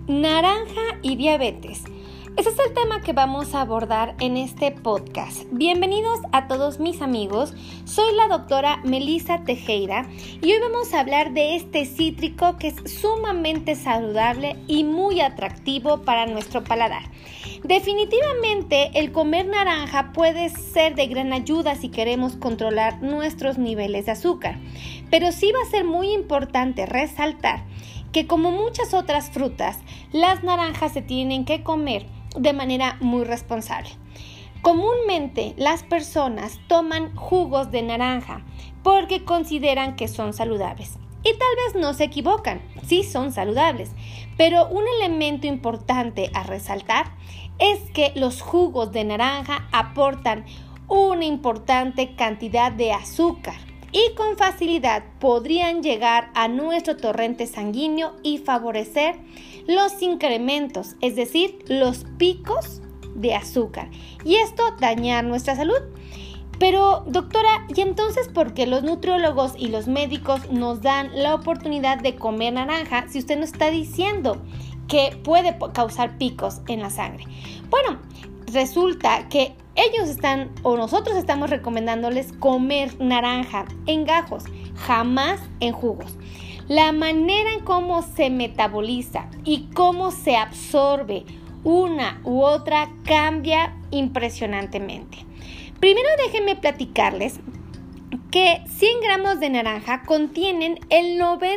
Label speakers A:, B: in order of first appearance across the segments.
A: Naranja y diabetes. Ese es el tema que vamos a abordar en este podcast. Bienvenidos a todos mis amigos. Soy la doctora Melissa Tejeda y hoy vamos a hablar de este cítrico que es sumamente saludable y muy atractivo para nuestro paladar. Definitivamente el comer naranja puede ser de gran ayuda si queremos controlar nuestros niveles de azúcar, pero sí va a ser muy importante resaltar que como muchas otras frutas, las naranjas se tienen que comer de manera muy responsable. Comúnmente las personas toman jugos de naranja porque consideran que son saludables. Y tal vez no se equivocan, sí son saludables, pero un elemento importante a resaltar es que los jugos de naranja aportan una importante cantidad de azúcar y con facilidad podrían llegar a nuestro torrente sanguíneo y favorecer los incrementos, es decir, los picos de azúcar, y esto dañar nuestra salud. Pero, doctora, ¿y entonces por qué los nutriólogos y los médicos nos dan la oportunidad de comer naranja si usted nos está diciendo que puede causar picos en la sangre? Bueno, resulta que nosotros estamos recomendándoles comer naranja en gajos, jamás en jugos. La manera en cómo se metaboliza y cómo se absorbe una u otra cambia impresionantemente. Primero déjenme platicarles que 100 gramos de naranja contienen el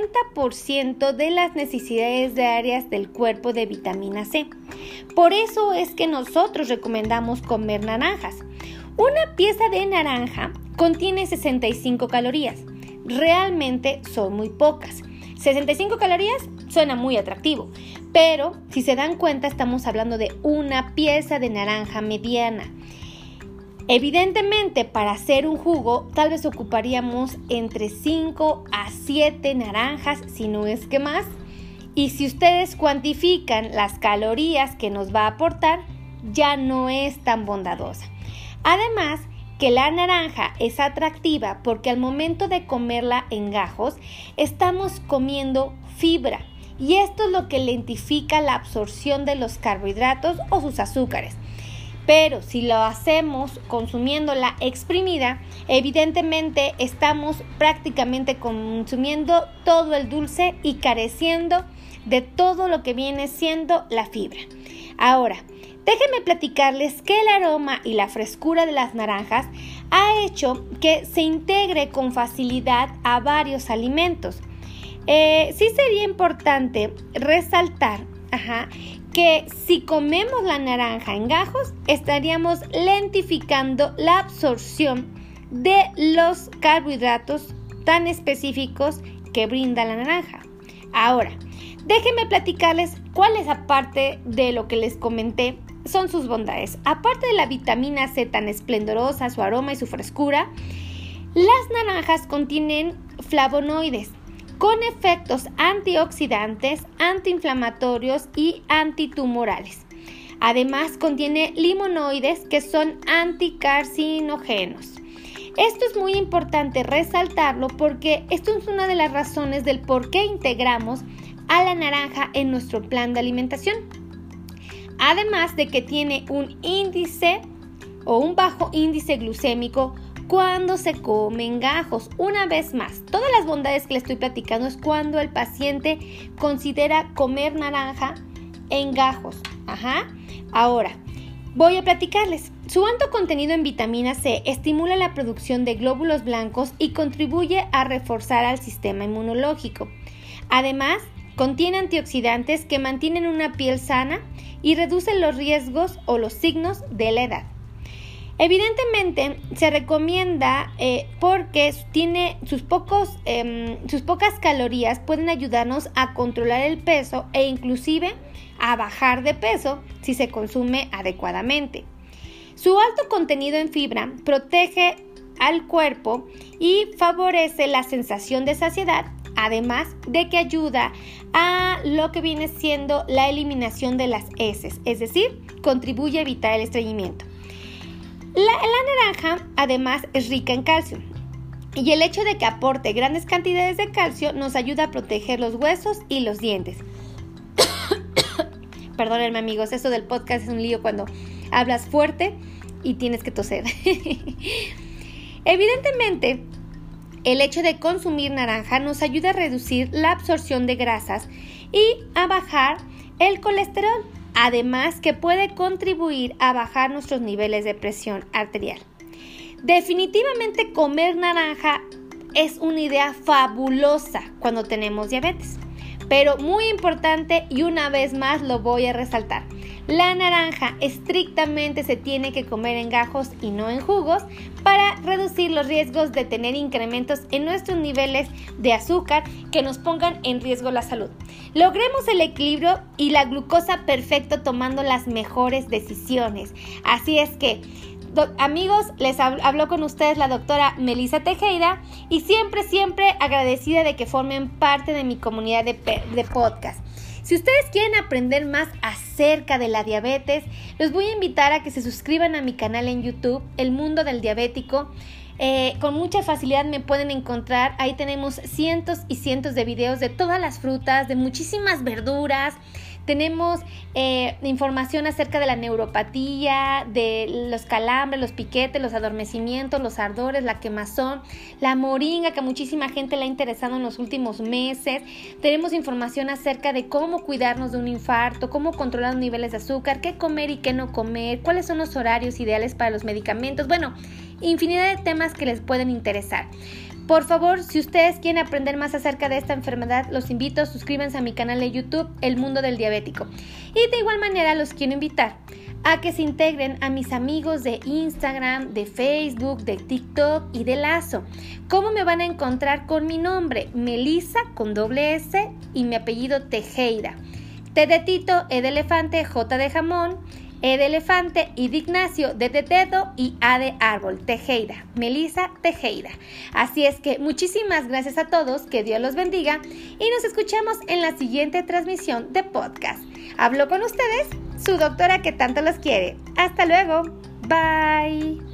A: 90% de las necesidades diarias del cuerpo de vitamina C. Por eso es que nosotros recomendamos comer naranjas. Una pieza de naranja contiene 65 calorías. Realmente son muy pocas. 65 calorías suena muy atractivo, pero si se dan cuenta estamos hablando de una pieza de naranja mediana. Evidentemente, para hacer un jugo, tal vez ocuparíamos entre 5 a 7 naranjas, si no es que más. Y si ustedes cuantifican las calorías que nos va a aportar, ya no es tan bondadosa. Además, que la naranja es atractiva porque al momento de comerla en gajos, estamos comiendo fibra. Y esto es lo que lentifica la absorción de los carbohidratos o sus azúcares. Pero si lo hacemos consumiéndola exprimida, evidentemente estamos prácticamente consumiendo todo el dulce y careciendo de todo lo que viene siendo la fibra. Ahora, déjenme platicarles que el aroma y la frescura de las naranjas ha hecho que se integre con facilidad a varios alimentos. Sí sería importante resaltar que si comemos la naranja en gajos, estaríamos lentificando la absorción de los carbohidratos tan específicos que brinda la naranja. Ahora, déjenme platicarles cuáles, aparte de lo que les comenté, son sus bondades. Aparte de la vitamina C tan esplendorosa, su aroma y su frescura, las naranjas contienen flavonoides con efectos antioxidantes, antiinflamatorios y antitumorales. Además, contiene limonoides que son anticarcinógenos. Esto es muy importante resaltarlo porque esto es una de las razones del por qué integramos a la naranja en nuestro plan de alimentación. Además de que tiene un índice o un bajo índice glucémico cuando se comen gajos. Una vez más, todas las bondades que le estoy platicando es cuando el paciente considera comer naranja en gajos. Ahora, voy a platicarles. Su alto contenido en vitamina C estimula la producción de glóbulos blancos y contribuye a reforzar al sistema inmunológico. Además, contiene antioxidantes que mantienen una piel sana y reducen los riesgos o los signos de la edad. Evidentemente se recomienda porque tiene sus pocas calorías, pueden ayudarnos a controlar el peso e inclusive a bajar de peso si se consume adecuadamente. Su alto contenido en fibra protege al cuerpo y favorece la sensación de saciedad, además de que ayuda a lo que viene siendo la eliminación de las heces, es decir, contribuye a evitar el estreñimiento. La naranja además es rica en calcio y el hecho de que aporte grandes cantidades de calcio nos ayuda a proteger los huesos y los dientes. Perdónenme amigos, esto del podcast es un lío cuando hablas fuerte y tienes que toser. Evidentemente, el hecho de consumir naranja nos ayuda a reducir la absorción de grasas y a bajar el colesterol, además que puede contribuir a bajar nuestros niveles de presión arterial. Definitivamente comer naranja es una idea fabulosa cuando tenemos diabetes, pero muy importante y una vez más lo voy a resaltar. La naranja estrictamente se tiene que comer en gajos y no en jugos para reducir los riesgos de tener incrementos en nuestros niveles de azúcar que nos pongan en riesgo la salud. Logremos el equilibrio y la glucosa perfecto tomando las mejores decisiones. Así es que, amigos, les habló con ustedes la doctora Melissa Tejeda y siempre agradecida de que formen parte de mi comunidad de podcast. Si ustedes quieren aprender más acerca de la diabetes, los voy a invitar a que se suscriban a mi canal en YouTube, El Mundo del Diabético. Con mucha facilidad me pueden encontrar. Ahí tenemos cientos y cientos de videos de todas las frutas, de muchísimas verduras. Tenemos información acerca de la neuropatía, de los calambres, los piquetes, los adormecimientos, los ardores, la quemazón, la moringa, que a muchísima gente le ha interesado en los últimos meses. Tenemos información acerca de cómo cuidarnos de un infarto, cómo controlar los niveles de azúcar, qué comer y qué no comer, cuáles son los horarios ideales para los medicamentos. Bueno, infinidad de temas que les pueden interesar. Por favor, si ustedes quieren aprender más acerca de esta enfermedad, los invito, suscríbanse a mi canal de YouTube, El Mundo del Diabético. Y de igual manera los quiero invitar a que se integren a mis amigos de Instagram, de Facebook, de TikTok y de Lazo. ¿Cómo me van a encontrar? Con mi nombre, Melissa con doble S y mi apellido Tejeda. T de Tito, E de elefante, J de jamón, E de elefante, I de Ignacio, D de dedo y A de árbol, Tejeda, Melissa Tejeda. Así es que muchísimas gracias a todos, que Dios los bendiga y nos escuchamos en la siguiente transmisión de podcast. Hablo con ustedes, su doctora que tanto los quiere. Hasta luego, bye.